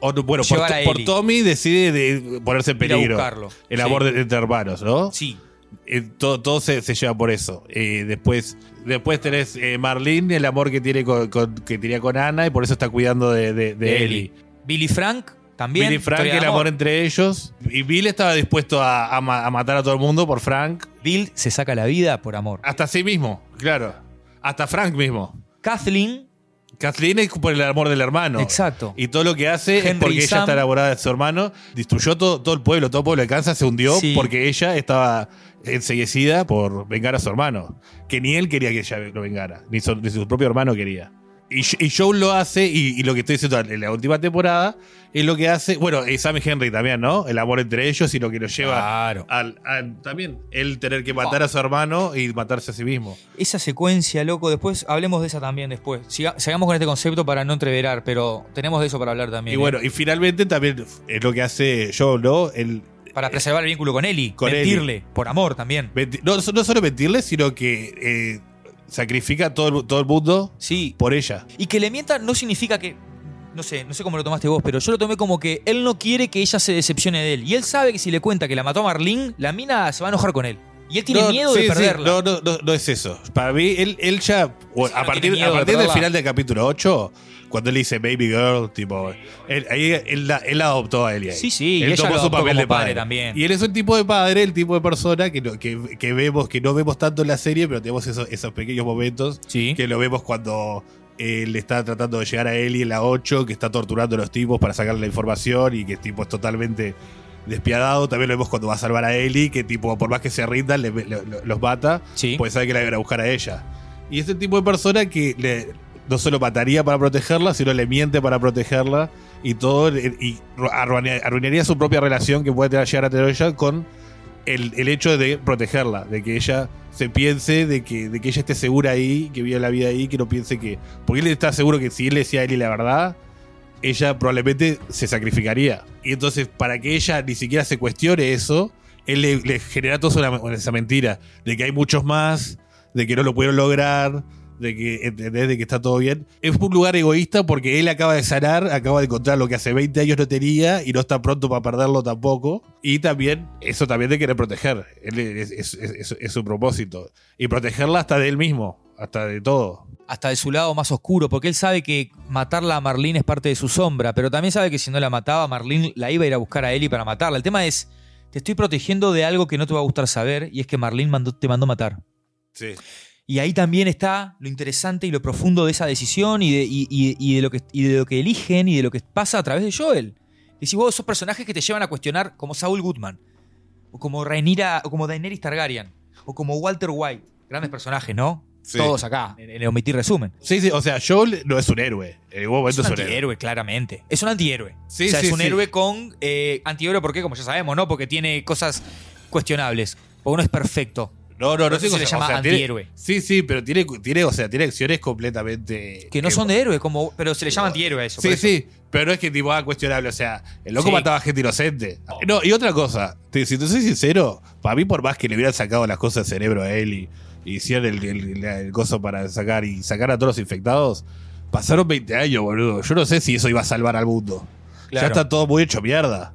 O, bueno, por,
llevar a
por
Ellie.
Tommy decide de ponerse en
Ir a
peligro.
buscarlo.
El
Sí.
amor de, entre hermanos, ¿no?
Sí.
Eh, todo todo se, se lleva por eso. Eh, después después tenés eh, Marlene, el amor que tiene con, con- que tenía con Ana, y por eso está cuidando de, de, de
De
Ellie.
Ellie. Billy Frank también.
Billy Frank,
historia de
el amor entre ellos. Y Bill estaba dispuesto a, a ma- a matar a todo el mundo por Frank.
Bill se saca la vida por amor.
Hasta sí mismo, claro. Hasta Frank mismo.
Kathleen.
Kathleen es por el amor del hermano.
Exacto.
Y todo lo que hace es
Henry
porque
y
ella
Sam.
está enamorada de su hermano. Destruyó todo, todo el pueblo, todo el pueblo de Kansas se hundió
Sí.
porque ella estaba enseguecida por vengar a su hermano. Que ni él quería que ella lo vengara, ni su, ni su propio hermano quería. Y, y Joel lo hace, y, y lo que estoy diciendo en la última temporada, es lo que hace, bueno, y Sam y Henry también, ¿no? El amor entre ellos y lo que los lleva
Claro.
al, al- también, él tener que matar a su hermano y matarse a sí mismo.
Esa secuencia, loco, después hablemos de esa también después. Siga- sigamos con este concepto para no entreverar, pero tenemos de eso para hablar también.
Y
¿eh?
bueno, y finalmente también es lo que hace Joel, ¿no? El,
Para preservar el vínculo con Ellie.
Con
mentirle, por amor también.
Menti- No, no solo mentirle, sino que eh, sacrifica todo el, todo el mundo
Sí.
por ella.
Y que le mienta no significa que. No sé, no sé cómo lo tomaste vos, pero yo lo tomé como que él no quiere que ella se decepcione de él. Y él sabe que si le cuenta que la mató a Marlene, la mina se va a enojar con él. Y él tiene
No,
miedo
sí,
de
sí,
perderla.
no, no, no, no es eso. Para mí, él, él ya. Bueno,
Sí,
a
no
partir,
tiene miedo
a
de
partir del
perderla.
final del capítulo ocho, cuando él dice baby girl, tipo. Él, ahí él, la, él la adoptó a Ellie. ahí.
Sí, sí, y
Él
ella
tomó
lo
su
adoptó
papel
como
de padre.
padre también.
Y él es un tipo de padre, el tipo de persona que, no- que, que vemos, que no vemos tanto en la serie, pero tenemos esos, esos pequeños momentos
Sí.
que lo vemos cuando él está tratando de llegar a Ellie en la ocho, que está torturando a los tipos para sacarle la información y que el tipo es totalmente despiadado. También lo vemos cuando va a salvar a Ellie, que tipo, por más que se rindan, le- le- los mata,
Sí.
pues sabe que la van a buscar a ella. Y es el tipo de persona que le, no solo mataría para protegerla, sino le miente para protegerla y todo, y arruinaría, arruinaría su propia relación que puede tener- llegar a tener ella con el, el hecho de protegerla, de que ella se piense, de que, de que ella esté segura ahí, que viva la vida ahí, que no piense que... Porque él está seguro que si él le decía a Ellie la verdad, ella probablemente se sacrificaría. Y entonces, para que ella ni siquiera se cuestione eso, él le, le genera toda esa, esa mentira, de que hay muchos más, de que no lo pudieron lograr, de que, ¿entendés? De que está todo bien. Es un lugar egoísta porque él acaba de sanar, acaba de encontrar lo que hace veinte años no tenía y no está pronto para perderlo tampoco. Y también, eso también de querer proteger. Él es, es- es- es- es su propósito. Y protegerla hasta de él mismo, hasta de todo.
Hasta de su lado más oscuro, porque él sabe que matarla a Marlene es parte de su sombra, pero también sabe que si no la mataba, Marlene la iba a ir a buscar a Ellie para matarla. El tema es, te estoy protegiendo de algo que no te va a gustar saber, y es que Marlene mandó- te mandó matar.
Sí.
Y ahí también está lo interesante y lo profundo de esa decisión y de, y- y- y de lo, que, y de lo que eligen y de lo que pasa a través de Joel. Decís vos, esos personajes que te llevan a cuestionar, como Saul Goodman, o como Rhaenyra, o como Daenerys Targaryen, o como Walter White. Grandes personajes, ¿no?
Sí.
Todos acá, en en el omitir resumen.
Sí, sí, o sea, Joel no es un héroe. En ningún
Es
momento
un
es un héroe.
antihéroe, claramente. Es un antihéroe.
Sí,
o sea,
sí,
es un
sí.
héroe con eh, antihéroe, ¿por qué? Como ya sabemos, ¿no? Porque tiene cosas cuestionables. Porque no es perfecto.
No, no,
Por
no
eso
sé
se le llama
tiene-
antihéroe.
Sí, sí, pero tiene, tiene, o sea, tiene acciones completamente.
Que no son de héroe, como, pero se le llama antihéroe a eso. por
Sí,
eso.
sí, pero no es que tipo ah, cuestionable, o sea, el loco
Sí.
mataba gente inocente. No, y otra cosa, te- si te soy sincero, para mí por más que le hubieran sacado las cosas del cerebro a él y, y hicieran el, el, el- el coso para sacar y sacar a todos los infectados, pasaron veinte años, boludo. Yo no sé si eso iba a salvar al mundo. Ya
Claro.
está todo muy hecho mierda.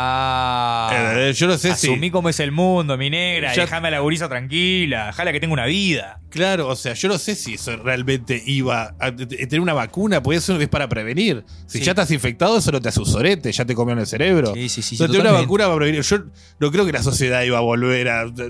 Claro.
Eh, yo no sé
Asumí
si...
cómo es el mundo, mi negra.
Ya-
Déjame a la gurisa tranquila. Déjala que tenga una vida.
Claro, o sea, yo no sé si eso realmente iba a t- t- tener una vacuna, porque eso es para prevenir. Si
Sí.
ya estás infectado, eso no te hace un sorete, ya te comió en el cerebro.
Sí, sí, sí.
No
sí,
tener una
totalmente.
vacuna para prevenir. Yo no creo que la sociedad iba a volver a, de-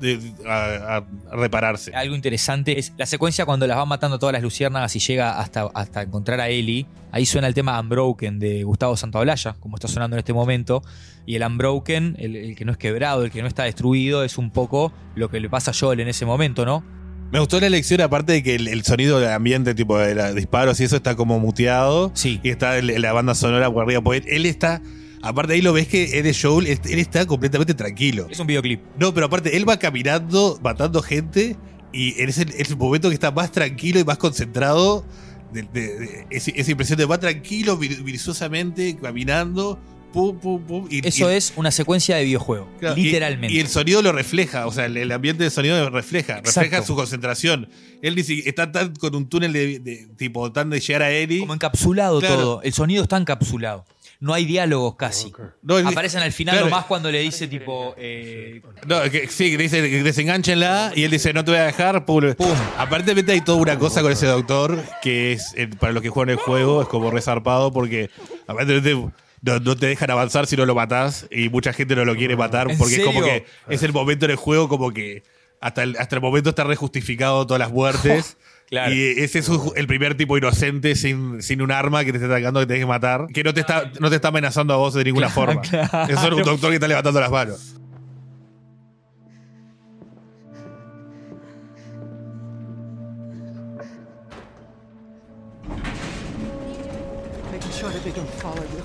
a- a repararse.
Algo interesante es la secuencia cuando las van matando todas las luciérnagas y llega hasta, hasta encontrar a Ellie. Ahí suena el tema Unbroken de Gustavo Santaolalla, como está sonando en este momento. Y el Unbroken, el, el que no es quebrado, el que no está destruido, es un poco lo que le pasa a Joel en ese momento, ¿no?
Me gustó la elección, aparte de que el, el sonido del ambiente, tipo de los disparos y eso, está como muteado.
Sí.
Y está el- la banda sonora por arriba. Porque él está. Aparte, ahí lo ves que es de Joel, él él está completamente tranquilo.
Es un videoclip.
No, pero aparte, él va caminando, matando gente, y es el, es el momento que está más tranquilo y más concentrado. De, de- de- es, es impresionante, va tranquilo, vir- virtuosamente, caminando, pum, pum, pum. Y,
Eso
y-
es una secuencia de videojuego.
claro, y-
literalmente.
Y, el sonido lo refleja, o sea, el, el ambiente del sonido lo refleja, refleja
Exacto.
su concentración. Él ni si- está tan con un túnel de, de- tipo tan de llegar a Ellie.
Como encapsulado
Claro.
todo. El sonido está encapsulado. no hay diálogos casi.
No, él-
Aparecen al final
claro.
nomás cuando le dice tipo... eh,
No, que, sí, que dice que desenganchenla y él dice no te voy a dejar. Pum.
Pum.
Aparentemente hay toda una cosa con ese doctor que es, eh, para los que juegan el juego, es como resarpado porque aparentemente no, no te dejan avanzar si no lo matás y mucha gente no lo quiere matar
¿En
porque es como
serio?
que es el momento en el juego como que hasta el, hasta el momento está rejustificado todas las muertes.
Claro.
Y ese es un- el primer tipo inocente sin, sin un arma que te está atacando, que te tienes que matar, que no te está, no te está amenazando a vos de ninguna forma.
claro.
Es solo un doctor que está levantando las manos.
Making sure that they don't follow you.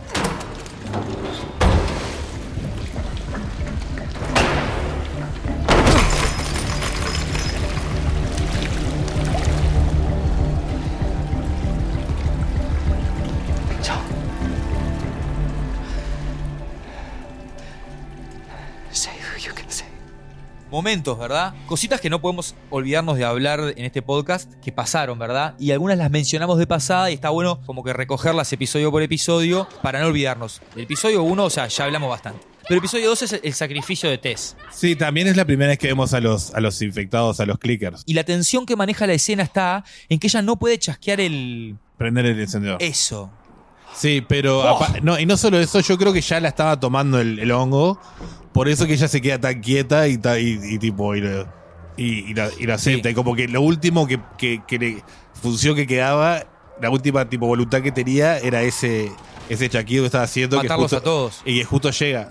Say who you can say.
Momentos, ¿verdad? Cositas que no podemos olvidarnos de hablar en este podcast que pasaron, ¿verdad? Y algunas las mencionamos de pasada y está bueno como que recogerlas episodio por episodio para no olvidarnos. El episodio uno, o sea, ya hablamos bastante. Pero el episodio dos es el sacrificio de Tess.
Sí, también es la primera vez que vemos a los, a los infectados, a los clickers.
Y la tensión que maneja la escena está en que ella no puede chasquear el...
Prender el encendedor.
Eso.
Sí, pero
Oh.
apa- no, y no solo eso, yo creo que ya la estaba tomando el, el hongo. Por eso que ella se queda tan quieta y, ta- y, y tipo y lo, y, y la- y lo acepta.
Sí.
Y como que lo último que, que, que le función que quedaba, la última tipo voluntad que tenía era ese, ese chaquido que estaba haciendo. Que
Matarlos
justo-
a todos.
Y que justo llega.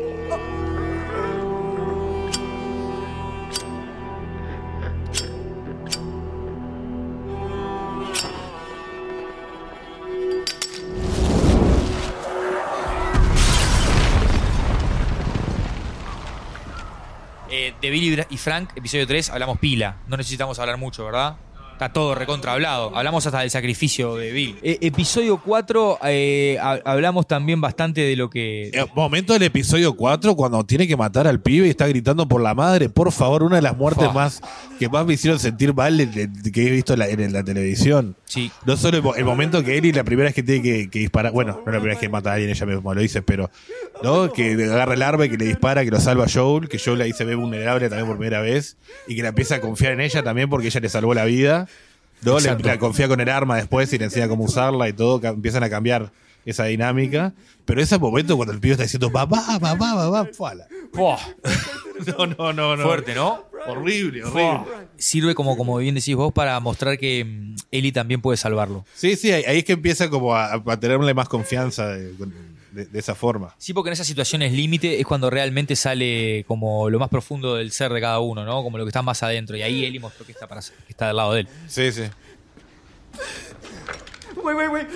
Eh, de Billy y Frank, episodio tres, hablamos pila. No necesitamos hablar mucho, ¿verdad? Está todo recontra hablado. Hablamos hasta del sacrificio de Bill. Eh, episodio cuatro, eh, ha- hablamos también bastante de lo que...
Eh, Momento del episodio cuatro, cuando tiene que matar al pibe y está gritando por la madre. Por favor, una de las muertes
Fua.
más que más me hicieron sentir mal de- de- que he visto en la, en la televisión.
Sí.
No solo el, mo- el momento que Ellie la primera vez que tiene que, que disparar, bueno, no es la primera vez que mata a alguien, ella mismo lo dice, pero ¿no? Que agarra el arma y que le dispara, que lo salva a Joel, que Joel ahí se ve vulnerable también por primera vez, y que la empieza a confiar en ella también porque ella le salvó la vida. ¿No? Le,
Exacto.
la confía con el arma después y le enseña cómo usarla y todo, que empiezan a cambiar esa dinámica. Pero ese momento cuando el pibe está diciendo papá, papá, papá, fuala.
Buah,
No, no, no, no.
fuerte, ¿no?
Horrible, horrible.
Sirve como, como bien decís vos para mostrar que mm, Ellie también puede salvarlo.
Sí, sí, ahí, ahí es que empieza como a, a tenerle más confianza de, de- de esa forma.
Sí, porque en esas situaciones límite es cuando realmente sale como lo más profundo del ser de cada uno, ¿no? Como lo que está más adentro. Y ahí Ellie mostró que está, para, que está del lado de él.
Sí, sí.
Wait, wait, wait.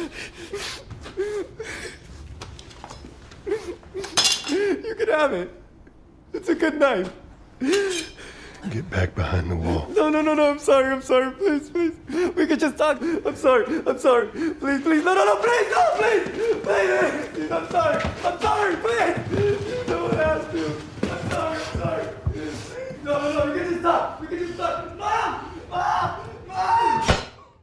You can have it. It's a good knife.
Get back behind the wall.
No, no, no, no. I'm sorry. I'm sorry. Please, please. We can just talk. I'm sorry. I'm sorry. Please, please. No, no, no. Please, no, please. Please. please. I'm sorry. I'm sorry. Please. No one asked you. I'm sorry. I'm sorry. No, no, no. We can just talk. We can just talk. Mom! Mom! Mom!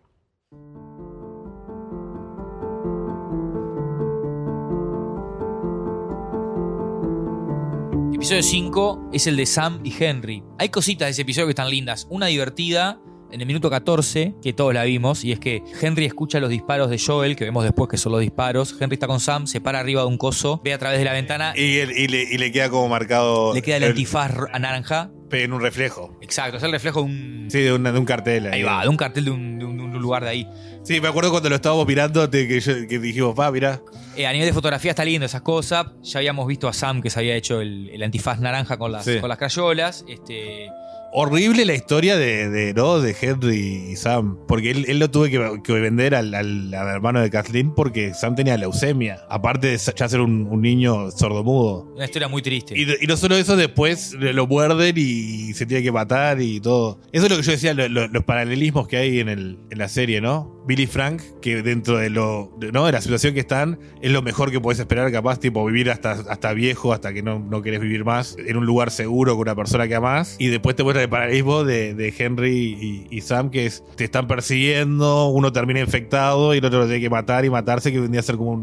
Episodio cinco es el de Sam y Henry. Hay cositas de ese episodio que están lindas. Una divertida en el minuto catorce, que todos la vimos, y es que Henry escucha los disparos de Joel, que vemos después que son los disparos. Henry está con Sam, se para arriba de un coso, ve a través de la ventana,
Y, el- y le, y le queda como marcado.
le queda el antifaz ro- naranja.
En un reflejo.
Exacto, es el reflejo de un...
Sí, de, una- de un cartel.
Ahí va, de un cartel de un, de un- de un lugar de ahí.
Sí, me acuerdo cuando lo estábamos mirando te- que, yo- que dijimos, va, mirá.
Eh, a nivel de fotografía está lindo esas cosas. Ya habíamos visto a Sam que se había hecho el, el antifaz naranja con las,
Sí.
con las crayolas. Este,
Horrible la historia de, de, ¿no? de Henry y Sam. Porque él, él lo tuvo que, que vender al, al- al hermano de Kathleen porque Sam tenía leucemia. Aparte de ya ser un, un niño sordomudo.
una historia muy triste.
Y, y no solo eso, después lo muerden y se tiene que matar y todo. Eso es lo que yo decía, lo- lo- los paralelismos que hay en, el, en la serie, ¿no? Billy y Frank, que dentro de lo de- ¿no? de la situación que están, es lo mejor que podés esperar, capaz, tipo vivir hasta, hasta viejo, hasta que no, no querés vivir más, en un lugar seguro con una persona que amás. Y después te muestra el paralelismo de, de Henry y, y Sam, que es, te están persiguiendo, uno termina infectado y el otro lo tiene que matar y matarse, que vendría a ser como un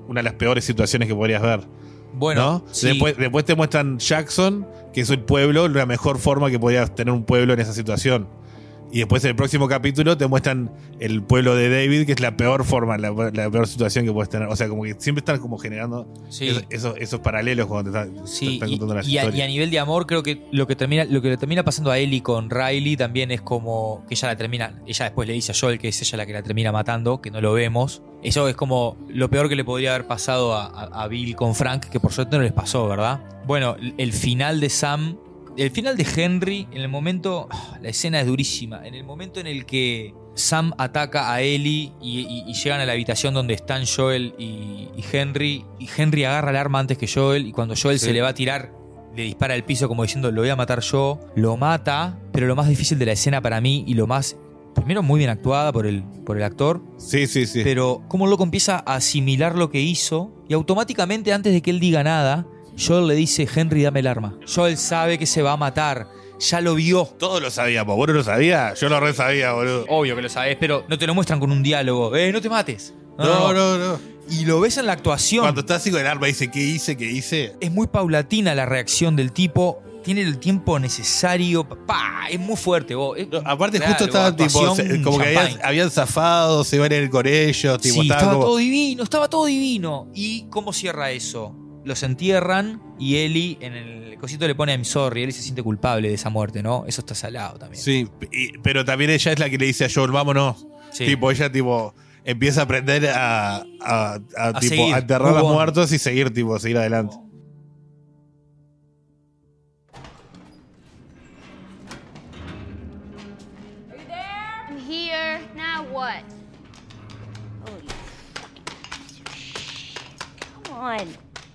una de las peores situaciones que podrías ver.
Bueno,
¿no?
sí.
Después, después te muestran Jackson, que es el pueblo, la mejor forma que podría tener un pueblo en esa situación. Y después en el próximo capítulo te muestran el pueblo de David, que es la peor forma, la, la peor situación que puedes tener. O sea, como que siempre están como generando
Sí.
esos, esos, esos paralelos cuando te, está- te
Sí,
están
y,
contando las
y a,
historias.
y a nivel de amor, creo que lo que termina, lo que le termina pasando a Ellie con Riley también es como que ella la termina, ella después le dice a Joel que es ella la que la termina matando, que no lo vemos. Eso es como lo peor que le podría haber pasado a, a- a Bill con Frank, que por suerte no les pasó, ¿verdad? Bueno, el final de Sam, el final de Henry, en el momento, la escena es durísima, en el momento en el que Sam ataca a Ellie y, y- y llegan a la habitación donde están Joel y, y Henry, y Henry agarra el arma antes que Joel, y cuando Joel
Sí.
se le va a tirar, le dispara al piso como diciendo lo voy a matar yo, lo mata, pero lo más difícil de la escena para mí y lo más, primero muy bien actuada por el, por el actor,
Sí, sí, sí.
pero cómo loco empieza a asimilar lo que hizo y automáticamente antes de que él diga nada, Joel le dice, Henry, dame el arma. Joel sabe que se va a matar, ya lo vio.
Todos lo sabíamos. ¿Vos no lo sabías? Yo lo re sabía, boludo.
Obvio que lo sabes, pero no te lo muestran con un diálogo. Eh, no te mates.
No, no, no.
Y lo ves en la actuación.
Cuando está así con el arma dice, ¿qué hice? ¿Qué hice?
Es muy paulatina la reacción del tipo. Tiene el tiempo necesario. ¡Pah! Es muy fuerte, vos. Es-
No, aparte
claro,
justo estaban tipo,
actuación
se- como que habían,
champagne.
habían zafado, se iban a ir con ellos, tipo,
Sí,
estaban
estaba
como-
todo divino, estaba todo divino. ¿Y cómo cierra eso? Los entierran y Ellie en el cosito le pone I'm sorry. Ellie se siente culpable de esa muerte, ¿no? Eso está salado también.
Sí, y- pero también ella es la que le dice a Joel, vámonos.
Sí.
Tipo, ella tipo empieza a aprender a, a, a, tipo,
seguir.
a enterrar a
Move
los
on.
muertos y seguir, tipo, seguir adelante.
I'm here. Now what? Oh, you fucking Come on.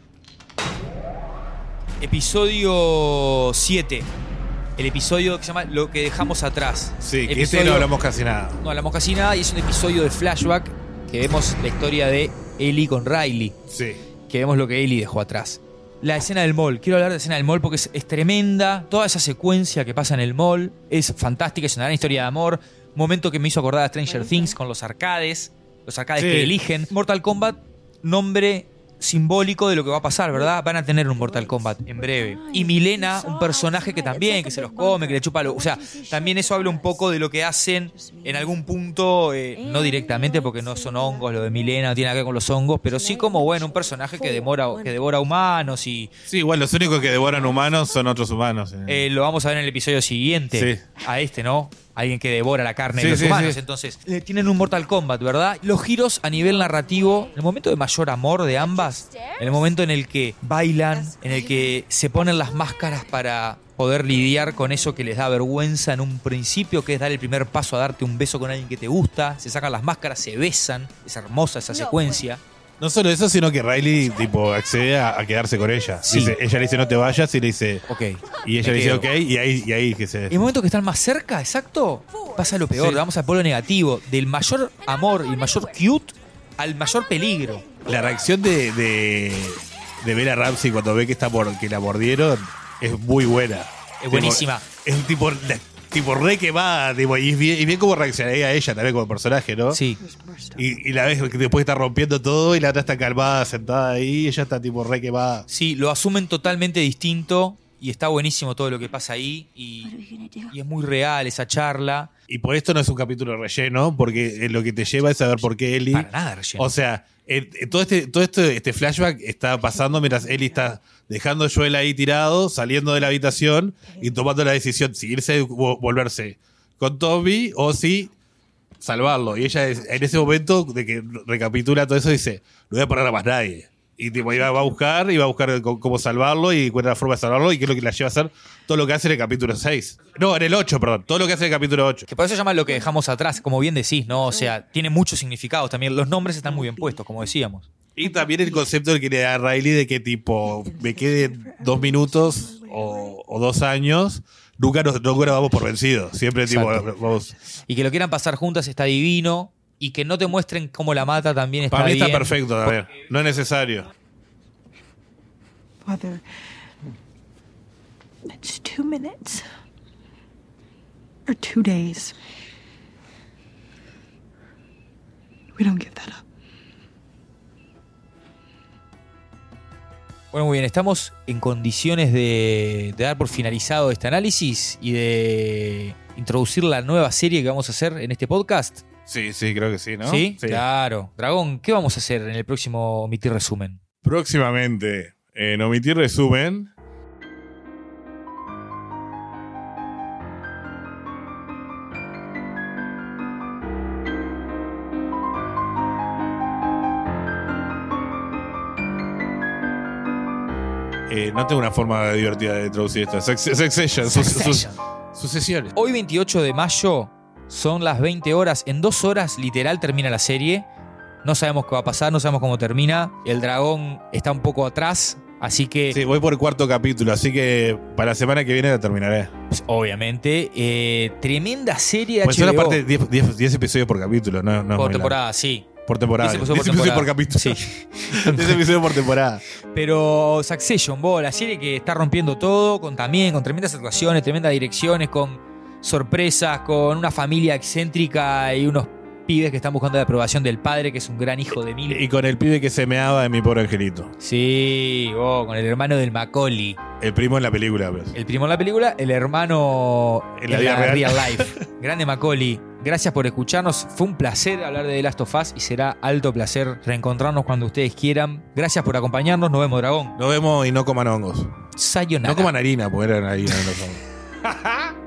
Episodio siete. El episodio que se llama Lo que dejamos atrás.
Sí, que este
Episodio-
no hablamos casi nada.
No hablamos casi nada y es un episodio de flashback que vemos la historia de Ellie con Riley.
Sí.
Que vemos lo que Ellie dejó atrás. La escena del mall. Quiero hablar de la escena del mall porque es, es tremenda. Toda esa secuencia que pasa en el mall es fantástica. Es una gran historia de amor. Momento que me hizo acordar a Stranger Things con los arcades. Los arcades
Sí.
que eligen. Mortal Kombat, nombre simbólico de lo que va a pasar, ¿verdad? Van a tener un Mortal Kombat en breve. Y Milena, un personaje que también, que se los come, que le chupa lo... O sea, también eso habla un poco de lo que hacen en algún punto, eh, no directamente porque no son hongos, lo de Milena no tiene nada que ver con los hongos, pero sí como, bueno, un personaje que, demora, que devora humanos y
Sí, igual los únicos que devoran humanos son otros humanos. eh.
eh, lo vamos a ver en el episodio siguiente.
Sí.
A este, ¿no? Alguien que devora la carne
Sí,
de los
sí,
humanos.
sí.
Entonces, eh, tienen un Mortal Kombat, ¿verdad? Los giros a nivel narrativo, el momento de mayor amor de ambas, el momento en el que bailan, en el que se ponen las máscaras para poder lidiar con eso que les da vergüenza en un principio, que es dar el primer paso a darte un beso con alguien que te gusta. Se sacan las máscaras, se besan. Es hermosa esa secuencia.
No solo eso, sino que Riley tipo accede a, a quedarse con ella.
Sí.
Dice, ella le dice no te vayas y le dice.
Ok.
Y ella
Me
le dice
quedo.
ok, y ahí, y ahí que se.
El momento que están más cerca, exacto, pasa lo peor.
Sí.
Vamos al polo negativo. Del mayor amor y el mayor cute al mayor peligro.
La reacción de, de, de Bella Ramsey cuando ve que está por, que la mordieron es muy buena.
Es buenísima.
Tipo, es un tipo, la- tipo re quemada, tipo, y es bien, y bien como reaccionaría a ella también como personaje, ¿no?
Sí.
Y, y la ves que después está rompiendo todo y la otra está calmada, sentada ahí, y ella está tipo re quemada.
Sí, lo asumen totalmente distinto y está buenísimo todo lo que pasa ahí y, y es muy real esa charla.
Y por esto no es un capítulo relleno, porque eh, lo que te lleva es saber por qué Ellie.
Para nada relleno.
O sea, eh, eh, todo este, todo este, este flashback está pasando mientras Ellie está dejando a Joel ahí tirado, saliendo de la habitación y tomando la decisión si irse o volverse con Tommy o si salvarlo. Y ella es- en ese momento de que recapitula todo eso dice, no voy a parar a más nadie. Y tipo, iba, va a buscar, y va a buscar c- cómo salvarlo y encuentra la forma de salvarlo y que es lo que la lleva a hacer todo lo que hace en el capítulo seis. No, en el ocho, perdón. Todo lo que hace en el capítulo ocho.
Que por eso se llama Lo que dejamos atrás, como bien decís, ¿no? O sea, tiene muchos significados también. Los nombres están muy bien puestos, como decíamos.
Y también el concepto que le da a Riley de que tipo me queden dos minutos o, o dos años, nunca nos nunca nos vamos por vencidos. Siempre tipo
Exacto.
vamos.
Y que lo quieran pasar juntas está divino. Y que no te muestren cómo la mata también está
Para mí
bien.
está perfecto, a ver. No es necesario.
Father, it's two minutes. Or two days. We don't give that up.
Bueno, muy bien, estamos en condiciones de, de dar por finalizado este análisis y de introducir la nueva serie que vamos a hacer en este podcast.
Sí, sí, creo que sí, ¿no?
¿Sí? Claro. Dragón, ¿qué vamos a hacer en el próximo Omitir Resumen?
Próximamente, en Omitir Resumen... Eh, no tengo una forma divertida de introducir esto. Suc- Succession. sus- sus- Sucesiones.
Hoy veintiocho de mayo son las veinte horas. En dos horas literal termina la serie. No sabemos qué va a pasar, no sabemos cómo termina. El dragón está un poco atrás, así que
Sí, voy por el cuarto capítulo, así que para la semana que viene la terminaré.
pues, obviamente eh, tremenda serie de
Pues son
H B O.
aparte diez episodios por capítulo, no, no es
Por
muy
temporada, sí.
largo. Por temporada.
diez
diez
episodios por
episodios por capítulo.
Sí.
diez episodios por temporada.
Pero Succession, vos, la serie que está rompiendo todo, con también, con tremendas actuaciones, tremendas direcciones, con sorpresas, con una familia excéntrica y unos pibes que están buscando la aprobación del padre, que es un gran hijo de mil.
Y con el pibe que se meaba de mi pobre angelito.
Sí, vos, con el hermano del Macaulay.
El primo en la película, pues.
El primo en la película, el hermano
En la vida real.
life. Grande Macaulay. Gracias por escucharnos. Fue un placer hablar de The Last of Us y será alto placer reencontrarnos cuando ustedes quieran. Gracias por acompañarnos. Nos vemos, Dragón.
Nos vemos y no coman hongos.
Sayonara.
No coman harina, porque eran harina. No coman.